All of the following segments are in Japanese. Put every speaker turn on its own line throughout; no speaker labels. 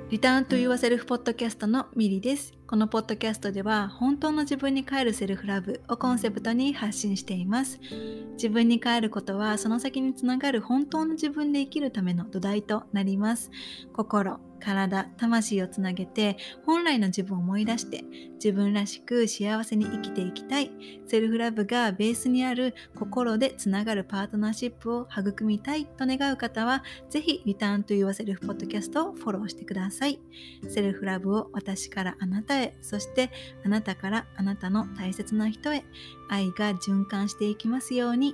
リターントゥユアセルフポッドキャストのミリです。このポッドキャストでは本当の自分に帰るセルフラブをコンセプトに発信しています。自分に帰ることはその先につながる本当の自分で生きるための土台となります。心、体、魂をつなげて本来の自分を思い出して自分らしく幸せに生きていきたい。セルフラブがベースにある心でつながるパートナーシップを育みたいと願う方はぜひリターントゥユアセルフポッドキャストをフォローしてください。セルフラブを私からあなたへ、そしてあなたからあなたの大切な人へ、愛が循環していきますように。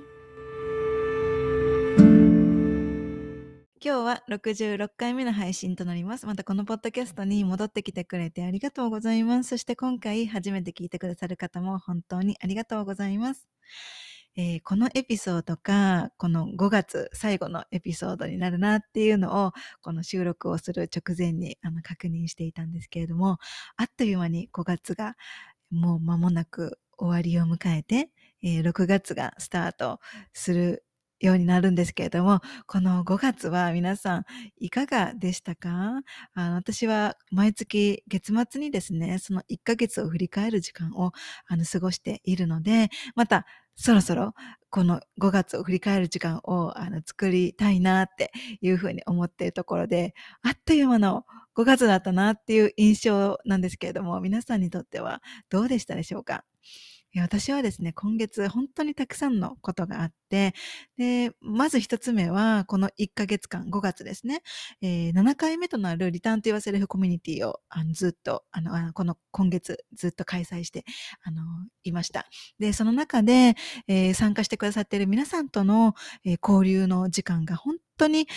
今日は66回目の配信となります。またこのポッドキャストに戻ってきてくれてありがとうございます。そして今回初めて聞いてくださる方も本当にありがとうございます。このエピソードがこの5月最後のエピソードになるなっていうのをこの収録をする直前に確認していたんですけれども、あっという間に5月がもう間もなく終わりを迎えて、6月がスタートするようになるんですけれども、この5月は皆さんいかがでしたか？私は毎月月末にですね、その1ヶ月を振り返る時間を過ごしているので、またそろそろこの5月を振り返る時間を作りたいなっていうふうに思っているところで、あっという間の5月だったなっていう印象なんですけれども、皆さんにとってはどうでしたでしょうか？私はですね、今月本当にたくさんのことがあって、で、まず一つ目は、この1ヶ月間、5月ですね、7回目となるリターントゥユアセルフコミュニティをずっと、この今月ずっと開催して、いました。で、その中で、参加してくださっている皆さんとの、交流の時間が本当に、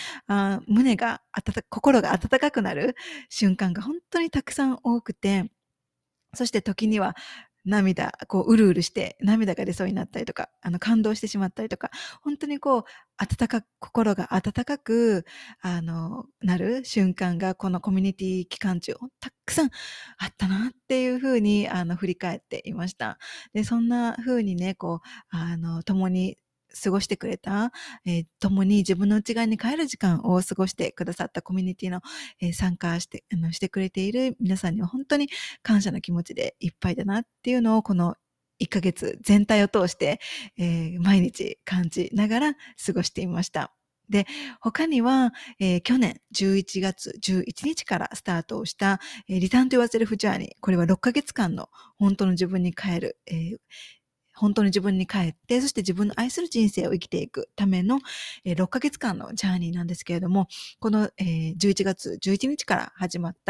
心が温かくなる瞬間が本当にたくさん多くて、そして時にはうるうるして涙が出そうになったりとか、感動してしまったりとか、本当に心が温かく、なる瞬間がこのコミュニティ期間中、たくさんあったなっていう風に、振り返っていました。で、そんな風にね、共に過ごしてくれた、共に自分の内側に帰る時間を過ごしてくださったコミュニティの、参加してくれている皆さんには本当に感謝の気持ちでいっぱいだなっていうのをこの1ヶ月全体を通して、毎日感じながら過ごしていました。で、他には、去年11月11日からスタートをした、リターントゥユアセルフジャーニー。これは6ヶ月間の本当の自分に帰る、本当に自分に帰って、そして自分の愛する人生を生きていくための、6ヶ月間のジャーニーなんですけれども、この、11月11日から始まった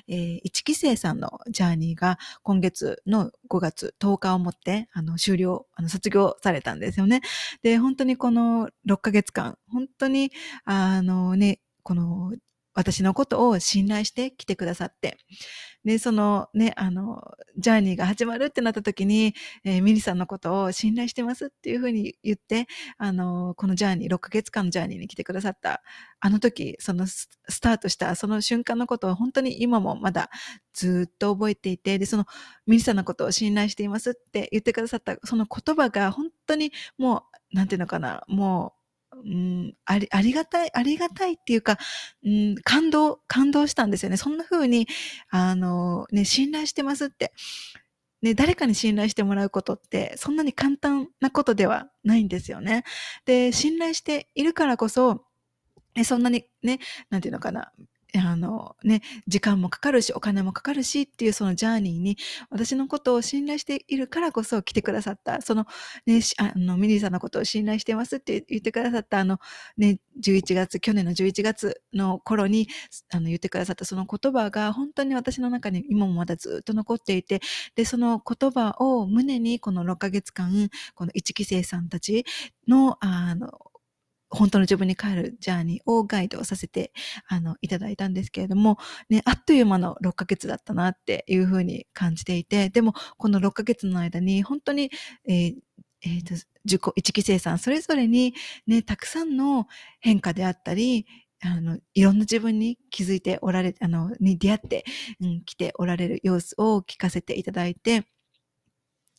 、1期生さんのジャーニーが今月の5月10日をもって卒業されたんですよね。で、本当にこの6ヶ月間、本当にこの私のことを信頼して来てくださって、で、そのね、ジャーニーが始まるってなった時に、ミリさんのことを信頼してますっていうふうに言って、このジャーニー、6ヶ月間のジャーニーに来てくださった、あの時、そのスタートしたその瞬間のことを本当に今もまだずっと覚えていて、で、そのミリさんのことを信頼していますって言ってくださったその言葉が本当にもう、なんていうのかな、もう、ありがたいっていうか、感動したんですよね。そんな風に、信頼してますって。ね、誰かに信頼してもらうことって、そんなに簡単なことではないんですよね。で、信頼しているからこそ、そんなにね、なんていうのかな、時間もかかるし、お金もかかるしっていうそのジャーニーに、私のことを信頼しているからこそ来てくださった、そのね、ミリーさんのことを信頼してますって言ってくださった去年の11月の頃に、言ってくださったその言葉が本当に私の中に今もまだずっと残っていて、で、その言葉を胸にこの6ヶ月間、この1期生さんたちの、本当の自分に帰るジャーニーをガイドさせて、いただいたんですけれども、ね、あっという間の6ヶ月だったなっていうふうに感じていて、でも、この6ヶ月の間に、本当に、えーえーと、1期生さんそれぞれにね、たくさんの変化であったり、いろんな自分に気づいておられ、に出会って、来ておられる様子を聞かせていただいて、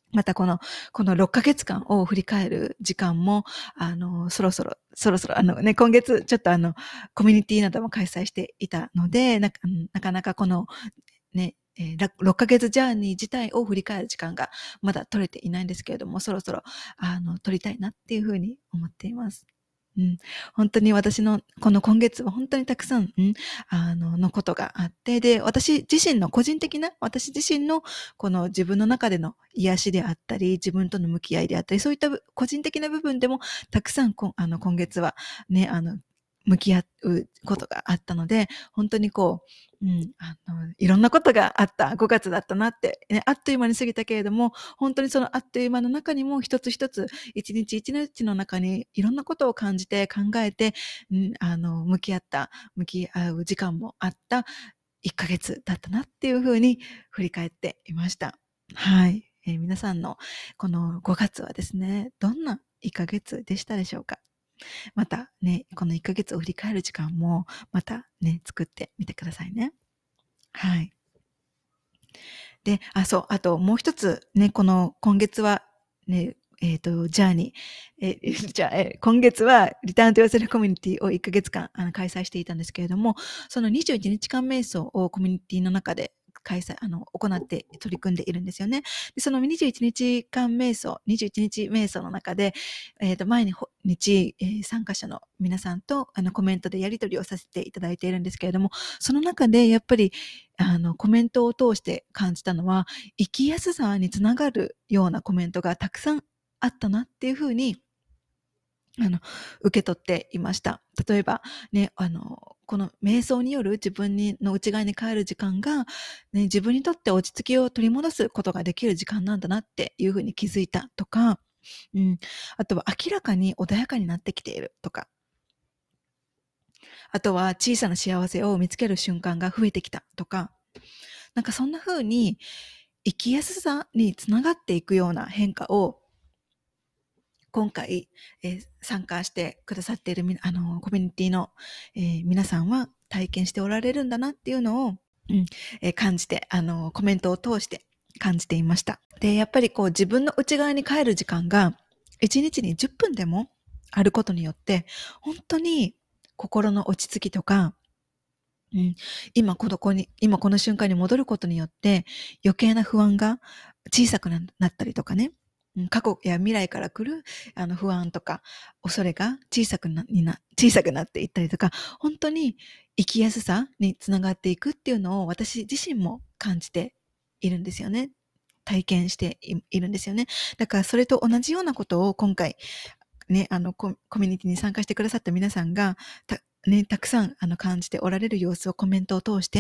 またこの6ヶ月間を振り返る時間も、そろそろ、今月ちょっとコミュニティなども開催していたので、なかなかこのね、6ヶ月ジャーニー自体を振り返る時間がまだ取れていないんですけれども、そろそろ、取りたいなっていうふうに思っています。うん、本当に私のこの今月は本当にたくさん、のことがあって、で、私自身のこの自分の中での癒しであったり、自分との向き合いであったり、そういった個人的な部分でもたくさん今月はね、向き合うことがあったので、本当にいろんなことがあった5月だったなって、ね、あっという間に過ぎたけれども、本当にそのあっという間の中にも一つ一つ、一日一日の中にいろんなことを感じて考えて、向き合う時間もあった1ヶ月だったなっていうふうに振り返っていました。はい。皆さんのこの5月はですね、どんな1ヶ月でしたでしょうか？またね、この1ヶ月を振り返る時間もまたね、作ってみてくださいね。はい。で、そう、あともう一つね、この今月はね、ジャーニー、今月はリターンとヨーセルフコミュニティを1ヶ月間開催していたんですけれども、その21日間瞑想をコミュニティの中で行って取り組んでいるんですよね。で、その21日間瞑想、21日瞑想の中で、毎日、参加者の皆さんとコメントでやり取りをさせていただいているんですけれども、その中でやっぱりコメントを通して感じたのは、生きやすさにつながるようなコメントがたくさんあったなっていうふうに、受け取っていました。例えば、ね、この瞑想による自分の内側に帰る時間が、ね、自分にとって落ち着きを取り戻すことができる時間なんだなっていうふうに気づいたとか、うん、あとは明らかに穏やかになってきているとか、あとは小さな幸せを見つける瞬間が増えてきたとか、なんかそんな風に生きやすさにつながっていくような変化を今回、参加してくださっているコミュニティの、皆さんは体験しておられるんだなっていうのを、感じて、コメントを通して感じていました。で、やっぱり自分の内側に帰る時間が1日に10分でもあることによって、本当に心の落ち着きとか、うん、今この瞬間に戻ることによって余計な不安が小さくなったりとかね、過去や未来から来る不安とか恐れが小さくなっていったりとか、本当に生きやすさにつながっていくっていうのを私自身も感じているんですよね。体験しているんですよね。だからそれと同じようなことを今回ね、コミュニティに参加してくださった皆さんが、たくさん、感じておられる様子をコメントを通して、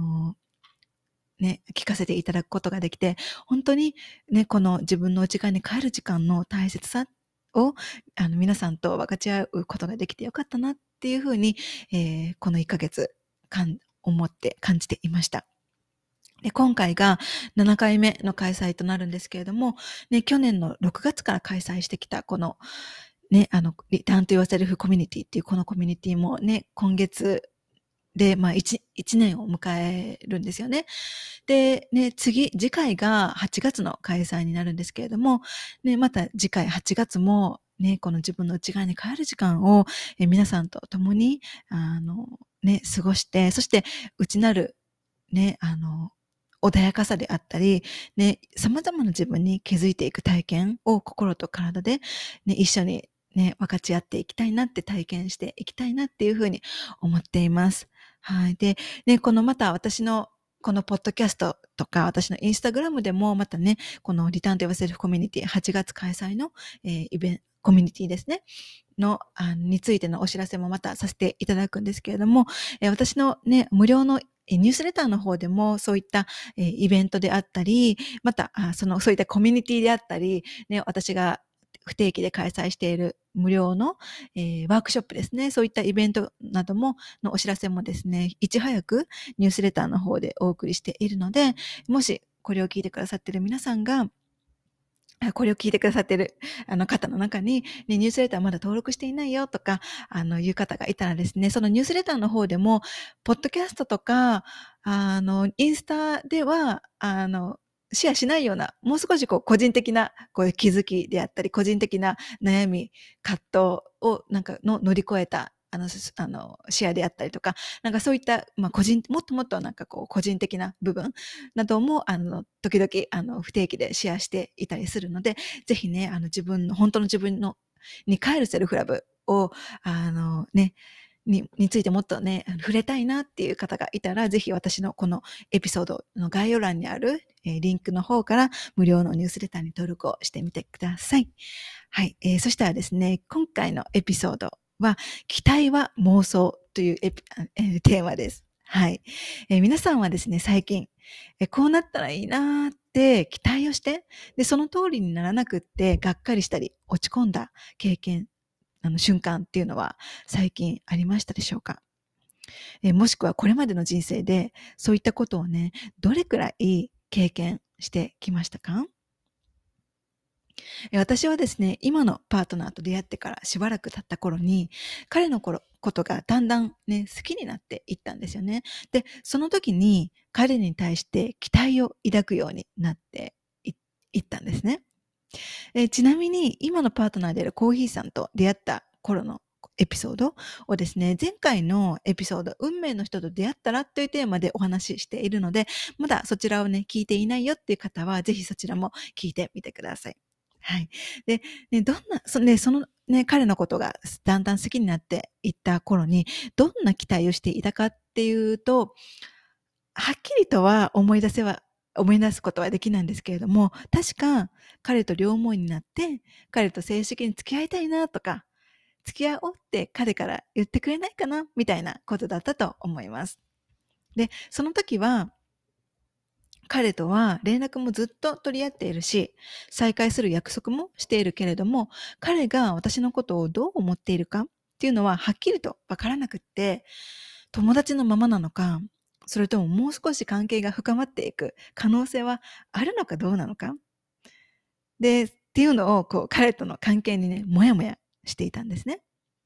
聞かせていただくことができて、本当にね、この自分の内側に帰る時間の大切さを、皆さんと分かち合うことができてよかったなっていうふうに、この1ヶ月、思って感じていました。で、今回が7回目の開催となるんですけれども、ね、去年の6月から開催してきたこのね、リターンとヨーセルフコミュニティっていうこのコミュニティもね、今月で、1年を迎えるんですよね。で、ね、次回が8月の開催になるんですけれども、ね、また次回8月も、ね、この自分の内側に帰る時間を、皆さんと共に、過ごして、そして、内なる、ね、穏やかさであったり、ね、様々な自分に気づいていく体験を心と体で、ね、一緒にね、分かち合っていきたいなって体験していきたいなっていうふうに思っています。はい。で、ね、また私のこのポッドキャストとか、私のインスタグラムでもまたね、このリターンとヨーセルフコミュニティ8月開催の、コミュニティですね。についてのお知らせもまたさせていただくんですけれども、私のね、無料のニュースレターの方でもそういった、イベントであったり、また、そういったコミュニティであったり、ね、私が不定期で開催している無料の、ワークショップですね。そういったイベントなどのお知らせもですね、いち早くニュースレターの方でお送りしているので、もしこれを聞いてくださっている皆さんが、これを聞いてくださっている方の中に、ね、ニュースレターまだ登録していないよとか、いう方がいたらですね、そのニュースレターの方でも、ポッドキャストとか、インスタでは、 シェアしないような、もう少しこう個人的なこういう気づきであったり、個人的な悩み、葛藤をなんかの乗り越えた、シェアであったりとか、なんかそういった、もっともっとなんかこう個人的な部分なども、時々、不定期でシェアしていたりするので、ぜひね、本当の自分の、に帰るセルフラブを、についてもっとね、触れたいなっていう方がいたら、ぜひ私のこのエピソードの概要欄にある、リンクの方から無料のニュースレターに登録をしてみてください。はい。そしたらですね、今回のエピソードは、期待は妄想というテーマです。はい。皆さんはですね、最近、こうなったらいいなーって期待をして、で、その通りにならなくって、がっかりしたり、落ち込んだ経験瞬間っていうのは最近ありましたでしょうか？もしくはこれまでの人生でそういったことをね、どれくらい経験してきましたか？私はですね、今のパートナーと出会ってからしばらく経った頃に、彼のことがだんだんね、好きになっていったんですよね。で、その時に彼に対して期待を抱くようになっていったんですね。ちなみに今のパートナーであるコーヒーさんと出会った頃のエピソードをですね、前回のエピソード、運命の人と出会ったらというテーマでお話ししているので、まだそちらをね、聞いていないよっていう方は、ぜひそちらも聞いてみてください。はい。で、ね、そのね、彼のことがだんだん好きになっていった頃に、どんな期待をしていたかっていうと、はっきりとは思い出すことはできないんですけれども、確か彼と両思いになって、彼と正式に付き合いたいなとか、付き合おうって彼から言ってくれないかなみたいなことだったと思います。で、その時は、彼とは連絡もずっと取り合っているし、再会する約束もしているけれども、彼が私のことをどう思っているかっていうのははっきりとわからなくって、友達のままなのか、それとももう少し関係が深まっていく可能性はあるのかどうなのか。で、っていうのをこう彼との関係にね、もやもやしていたんですね。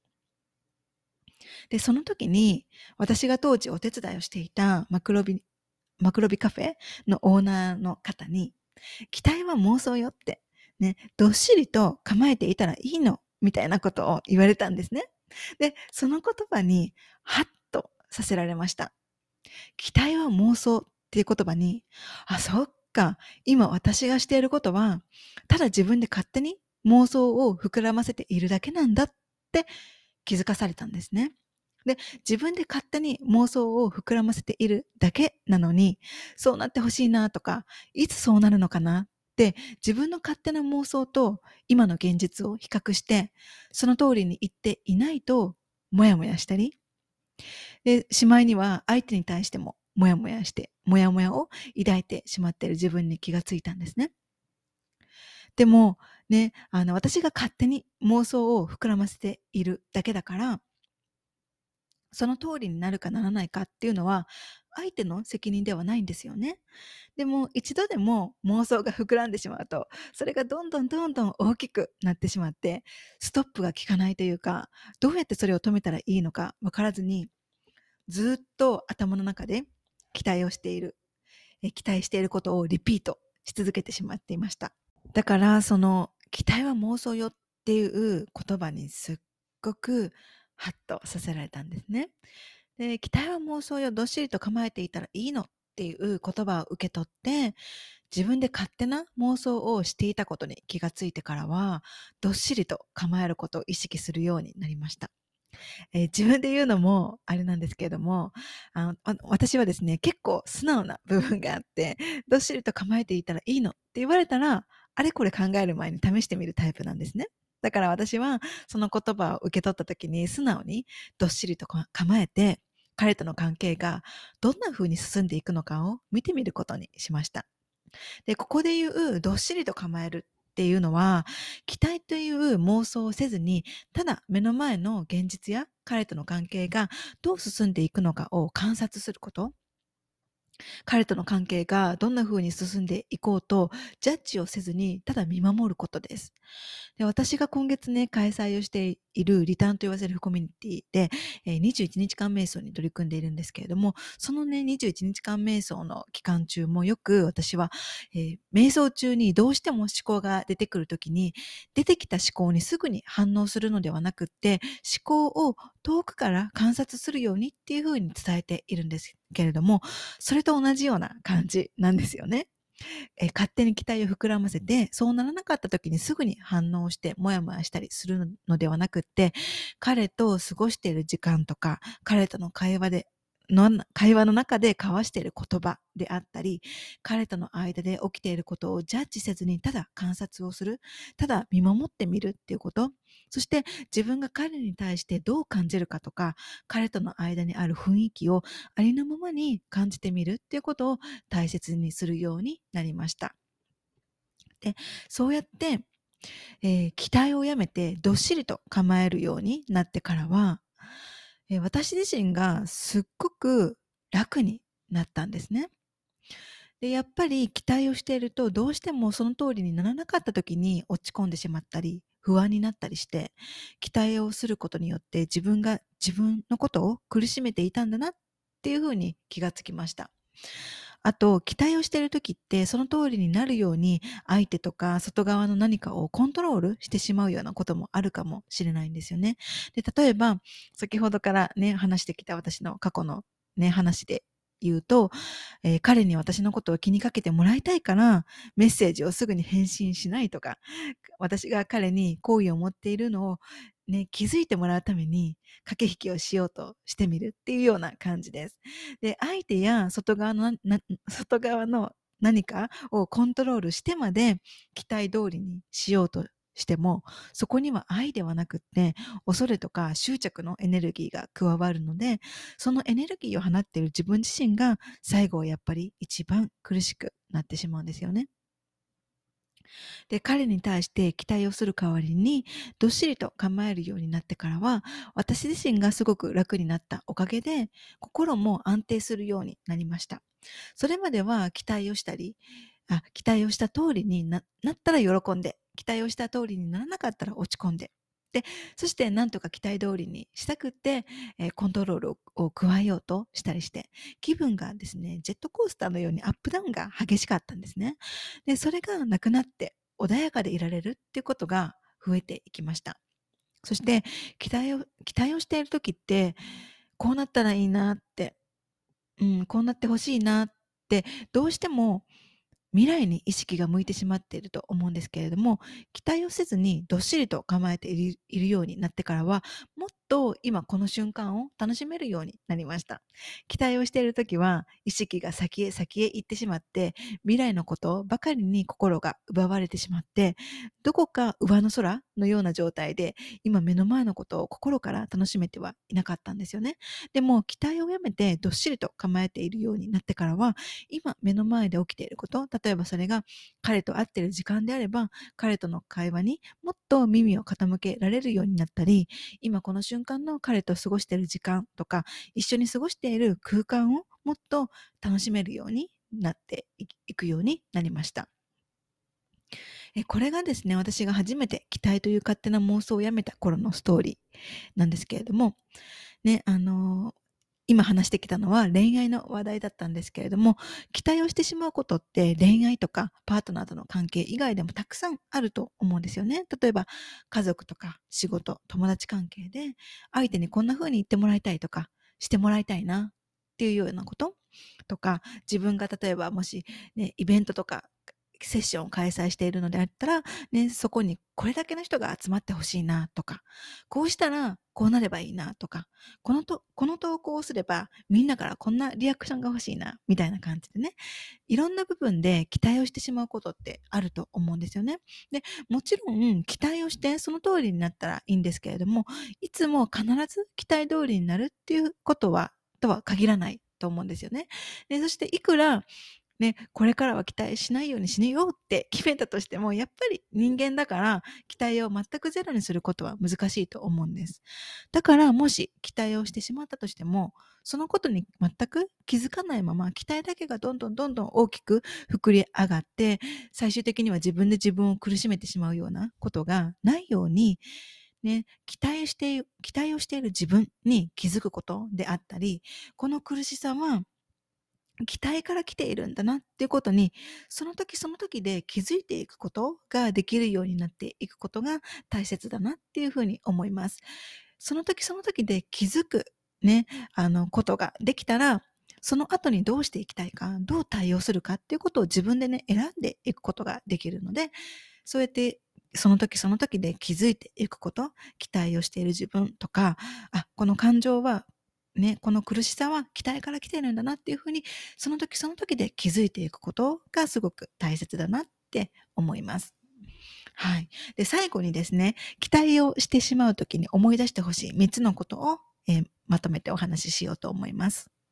で、その時に私が当時お手伝いをしていたマクロビカフェのオーナーの方に、期待は妄想よって、ね、どっしりと構えていたらいいの、みたいなことを言われたんですね。で、その言葉に、ハッとさせられました。期待は妄想っていう言葉に、あ、そっか、今私がしていることは、ただ自分で勝手に妄想を膨らませているだけなんだって気づかされたんですね。で、自分で勝手に妄想を膨らませているだけなのに、そうなってほしいなとか、いつそうなるのかなって自分の勝手な妄想と今の現実を比較して、その通りに言っていないと、もやもやしたり、で、しまいには相手に対してももやもやして、もやもやを抱いてしまっている自分に気がついたんですね。でも、ね、私が勝手に妄想を膨らませているだけだから、その通りになるかならないかっていうのは、相手の責任ではないんですよね。でも、一度でも妄想が膨らんでしまうと、それがどんどんどんどん大きくなってしまって、ストップが効かないというか、どうやってそれを止めたらいいのかわからずに、ずっと頭の中で期待をしている、期待していることをリピートし続けてしまっていました。だから、その、期待は妄想よっていう言葉にすっごくハッとさせられたんですね。で、期待は妄想よ、どっしりと構えていたらいいのっていう言葉を受け取って、自分で勝手な妄想をしていたことに気がついてからは、どっしりと構えることを意識するようになりました。自分で言うのもあれなんですけれども、私はですね、結構素直な部分があって、どっしりと構えていたらいいのって言われたら、あれこれ考える前に試してみるタイプなんですね。だから私はその言葉を受け取った時に素直にどっしりと構えて、彼との関係がどんな風に進んでいくのかを見てみることにしました。で、ここで言うどっしりと構えるっていうのは、期待という妄想をせずに、ただ目の前の現実や彼との関係がどう進んでいくのかを観察すること。 彼との関係がどんな風に進んでいこうと、ジャッジをせずに、ただ見守ることです。で、私が今月ね、開催をしているリターンと言わせるコミュニティで、21日間瞑想に取り組んでいるんですけれども、そのね、21日間瞑想の期間中もよく私は、瞑想中にどうしても思考が出てくるときに、出てきた思考にすぐに反応するのではなくって、思考を遠くから観察するようにっていうふうに伝えているんですけれども、それと同じような感じなんですよね。勝手に期待を膨らませて、そうならなかった時にすぐに反応して、もやもやしたりするのではなくって、彼と過ごしている時間とか、彼との会話の中で交わしている言葉であったり、彼との間で起きていることをジャッジせずにただ観察をする、ただ見守ってみるっていうこと、そして自分が彼に対してどう感じるかとか、彼との間にある雰囲気をありのままに感じてみるっていうことを大切にするようになりました。で、そうやって、期待をやめてどっしりと構えるようになってからは、私自身がすっごく楽になったんですね。で、やっぱり期待をしていると、どうしてもその通りにならなかった時に落ち込んでしまったり、不安になったりして、期待をすることによって自分が自分のことを苦しめていたんだなっていうふうに気がつきました。あと、期待をしている時って、その通りになるように、相手とか外側の何かをコントロールしてしまうようなこともあるかもしれないんですよね。で、例えば、先ほどからね、話してきた私の過去のね、話で言うと、彼に私のことを気にかけてもらいたいから、メッセージをすぐに返信しないとか、私が彼に好意を持っているのをね、気づいてもらうために駆け引きをしようとしてみるっていうような感じです。で、相手や外側の何かをコントロールしてまで期待通りにしようとしても、そこには愛ではなくって、恐れとか執着のエネルギーが加わるので、そのエネルギーを放っている自分自身が最後はやっぱり一番苦しくなってしまうんですよね。で、彼に対して期待をする代わりに、どっしりと構えるようになってからは、私自身がすごく楽になったおかげで、心も安定するようになりました。それまでは期待をした通りになったら喜んで、期待をした通りにならなかったら落ち込んで、で、そしてなんとか期待通りにしたくって、コントロールを加えようとしたりして、気分がですね、ジェットコースターのようにアップダウンが激しかったんですね。で、それがなくなって穏やかでいられるっていうことが増えていきました。そして、期待をしている時って、こうなったらいいなって、こうなってほしいなって、どうしても未来に意識が向いてしまっていると思うんですけれども、期待をせずにどっしりと構えているようになってからは、もっと今この瞬間を楽しめるようになりました。期待をしているときは、意識が先へ先へ行ってしまって、未来のことばかりに心が奪われてしまって、どこか上の空のような状態で、今目の前のことを心から楽しめてはいなかったんですよね。でも、期待をやめてどっしりと構えているようになってからは、今目の前で起きていること、例えばそれが彼と会っている時間であれば、彼との会話にもっと耳を傾けられるようになったり、今この瞬間の彼と過ごしている時間とか、一緒に過ごしている空間をもっと楽しめるようになっていくようになりました。これがですね、私が初めて期待という勝手な妄想をやめた頃のストーリーなんですけれども、ね、今話してきたのは恋愛の話題だったんですけれども、期待をしてしまうことって恋愛とかパートナーとの関係以外でもたくさんあると思うんですよね。例えば家族とか仕事、友達関係で相手にこんな風に言ってもらいたいとか、してもらいたいなっていうようなこととか、自分が例えばもしね、イベントとかセッションを開催しているのであったら、ね、そこにこれだけの人が集まってほしいなとか、こうしたらこうなればいいなとか、この投稿をすればみんなからこんなリアクションが欲しいな、みたいな感じでね、いろんな部分で期待をしてしまうことってあると思うんですよね。で、もちろん期待をしてその通りになったらいいんですけれども、いつも必ず期待通りになるっていうこととは限らないと思うんですよね。で、そしていくらね、これからは期待しないようにしようって決めたとしても、やっぱり人間だから、期待を全くゼロにすることは難しいと思うんです。だから、もし期待をしてしまったとしても、そのことに全く気づかないまま、期待だけがどんどんどんどん大きく膨れ上がって、最終的には自分で自分を苦しめてしまうようなことがないように、ね、期待をしている自分に気づくことであったり、この苦しさは期待から来ているんだなっていうことに、その時その時で気づいていくことができるようになっていくことが大切だなっていうふうに思います。その時その時で気づくね、ことができたら、その後にどうしていきたいか、どう対応するかっていうことを自分でね、選んでいくことができるので、そうやってその時その時で気づいていくこと、期待をしている自分とか、この感情はね、この苦しさは期待から来てるんだなっていうふうに、その時その時で気づいていくことがすごく大切だなって思います。はい。で、最後にですね、期待をしてしまう時に思い出してほしい3つのことを、まとめてお話ししようと思います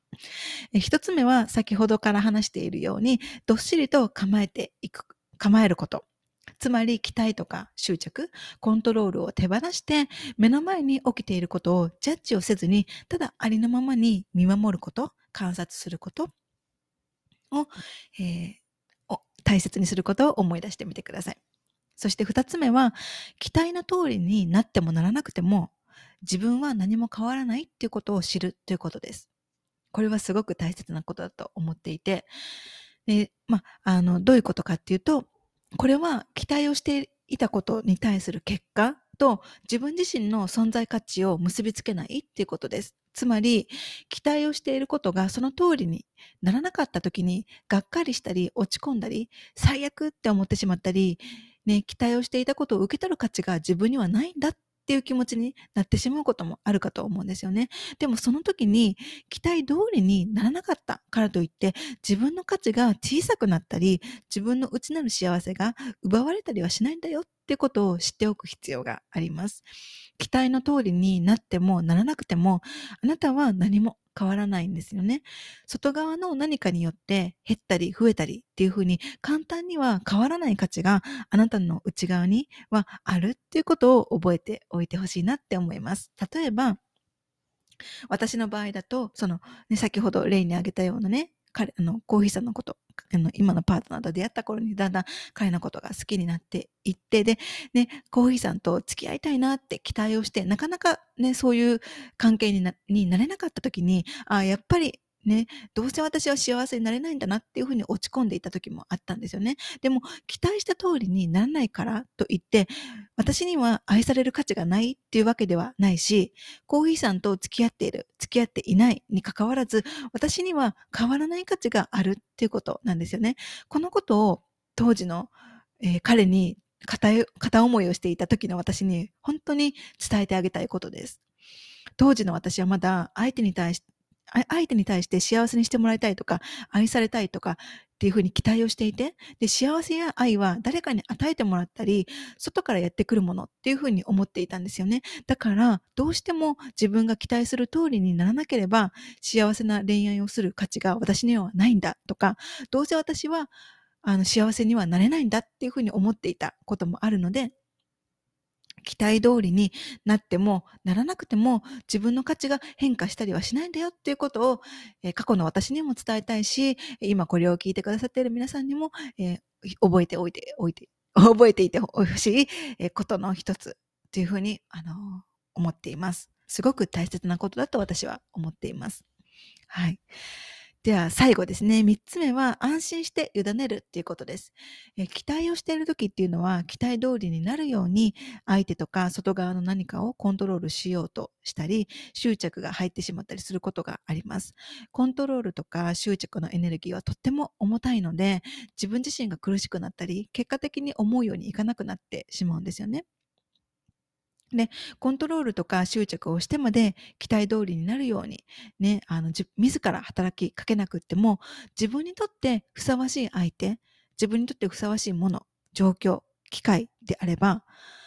。1つ目は先ほどから話しているように、どっしりと構えること。つまり期待とか執着、コントロールを手放して、目の前に起きていることをジャッジをせずに、ただありのままに見守ること、観察することを、えー大切にすることを思い出してみてください。そして2つ目は、期待の通りになってもならなくても、自分は何も変わらないっていうことを知るということです。これはすごく大切なことだと思っていて、で、どういうことかっていうと、これは期待をしていたことに対する結果と自分自身の存在価値を結びつけないっていうことです。つまり、期待をしていることがその通りにならなかった時に、がっかりしたり、落ち込んだり、最悪って思ってしまったり、ね、期待をしていたことを受け取る価値が自分にはないんだっていう気持ちになってしまうこともあるかと思うんですよね。でもその時に期待通りにならなかったからといって自分の価値が小さくなったり自分の内なる幸せが奪われたりはしないんだよってことを知っておく必要があります。期待の通りになってもならなくてもあなたは何も変わらないんですよね。外側の何かによって減ったり増えたりっていうふうに簡単には変わらない価値があなたの内側にはあるっていうことを覚えておいてほしいなって思います。例えば、私の場合だと、先ほど例に挙げたようなね、コーヒーさんのこと、今のパートナーと出会った頃にだんだん彼のことが好きになっていって、で、ね、コーヒーさんと付き合いたいなって期待をして、なかなかね、そういう関係になれなかった時に、やっぱりね、どうせ私は幸せになれないんだなっていうふうに落ち込んでいた時もあったんですよね。でも、期待した通りにならないからといって、私には愛される価値がないっていうわけではないし、コーヒーさんと付き合っている、付き合っていないに関わらず、私には変わらない価値があるっていうことなんですよね。このことを当時の、彼に片思いをしていた時の私に本当に伝えてあげたいことです。当時の私はまだ相手に対して幸せにしてもらいたいとか、愛されたいとかっていうふうに期待をしていて、で、幸せや愛は誰かに与えてもらったり、外からやってくるものっていうふうに思っていたんですよね。だから、どうしても自分が期待する通りにならなければ、幸せな恋愛をする価値が私にはないんだとか、どうせ私は幸せにはなれないんだっていうふうに思っていたこともあるので、期待通りになってもならなくても自分の価値が変化したりはしないんだよっていうことを、過去の私にも伝えたいし、今これを聞いてくださっている皆さんにも、覚えて覚えていてほしい、ことの一つというふうに、思っています。すごく大切なことだと私は思っています。はい。では最後ですね。3つ目は安心して委ねるっていうことです。期待をしている時っていうのは期待通りになるように相手とか外側の何かをコントロールしようとしたり執着が入ってしまったりすることがあります。コントロールとか執着のエネルギーはとっても重たいので自分自身が苦しくなったり結果的に思うようにいかなくなってしまうんですよね。で、コントロールとか執着をしてまで期待通りになるように、ね、自ら働きかけなくっても、自分にとってふさわしい相手、自分にとってふさわしいもの、状況、機会であれば、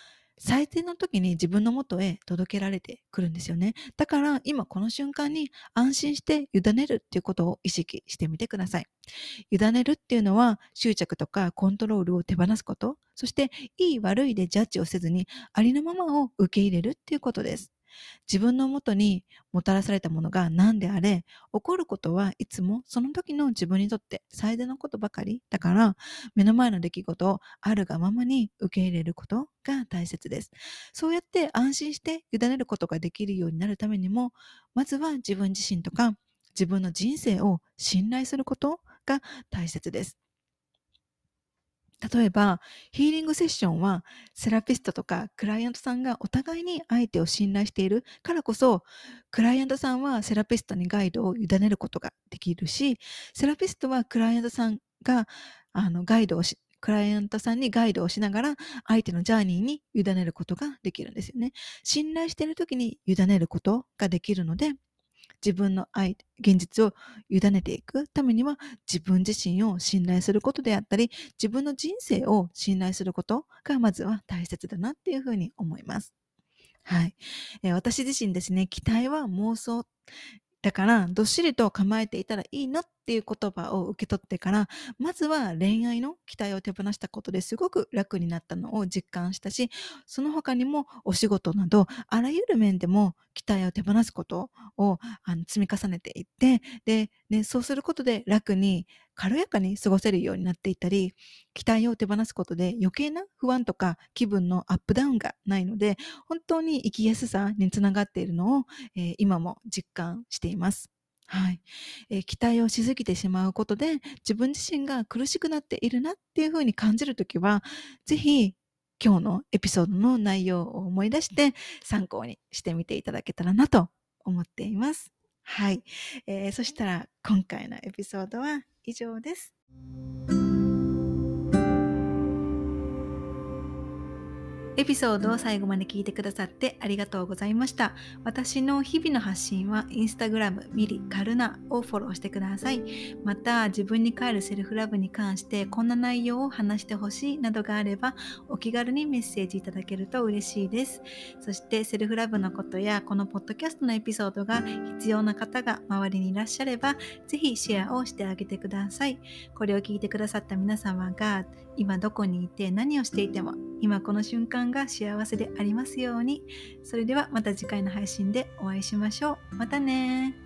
最低の時に自分の元へ届けられてくるんですよね。だから今この瞬間に安心して委ねるっていうことを意識してみてください。委ねるっていうのは執着とかコントロールを手放すこと、そしていい悪いでジャッジをせずにありのままを受け入れるっていうことです。自分のもとにもたらされたものが何であれ、起こることはいつもその時の自分にとって最大のことばかりだから、目の前の出来事をあるがままに受け入れることが大切です。そうやって安心して委ねることができるようになるためにも、まずは自分自身とか自分の人生を信頼することが大切です。例えば、ヒーリングセッションは、セラピストとかクライアントさんがお互いに相手を信頼しているからこそ、クライアントさんはセラピストにガイドを委ねることができるし、セラピストはクライアントさんが、クライアントさんにガイドをしながら、相手のジャーニーに委ねることができるんですよね。信頼している時に委ねることができるので、自分の現実を委ねていくためには、自分自身を信頼することであったり、自分の人生を信頼することがまずは大切だなっていうふうに思います。はい。私自身ですね、期待は妄想だから、どっしりと構えていたらいいのっていう言葉を受け取ってから、まずは恋愛の期待を手放したことですごく楽になったのを実感したし、その他にもお仕事など、あらゆる面でも期待を手放すことを積み重ねていって、で、ね、そうすることで楽に軽やかに過ごせるようになっていったり、期待を手放すことで余計な不安とか気分のアップダウンがないので、本当に生きやすさにつながっているのを、今も実感しています。はい。期待をしすぎてしまうことで、自分自身が苦しくなっているなっていうふうに感じるときは、ぜひ今日のエピソードの内容を思い出して参考にしてみていただけたらなと思っています。はい。そしたら今回のエピソードは以上です。エピソードを最後まで聞いてくださってありがとうございました。私の日々の発信はインスタグラムミリカルナをフォローしてください。また自分に帰るセルフラブに関してこんな内容を話してほしいなどがあればお気軽にメッセージいただけると嬉しいです。そしてセルフラブのことやこのポッドキャストのエピソードが必要な方が周りにいらっしゃればぜひシェアをしてあげてください。これを聞いてくださった皆様が今どこにいて何をしていても今この瞬間が幸せでありますように。それではまた次回の配信でお会いしましょう。またね。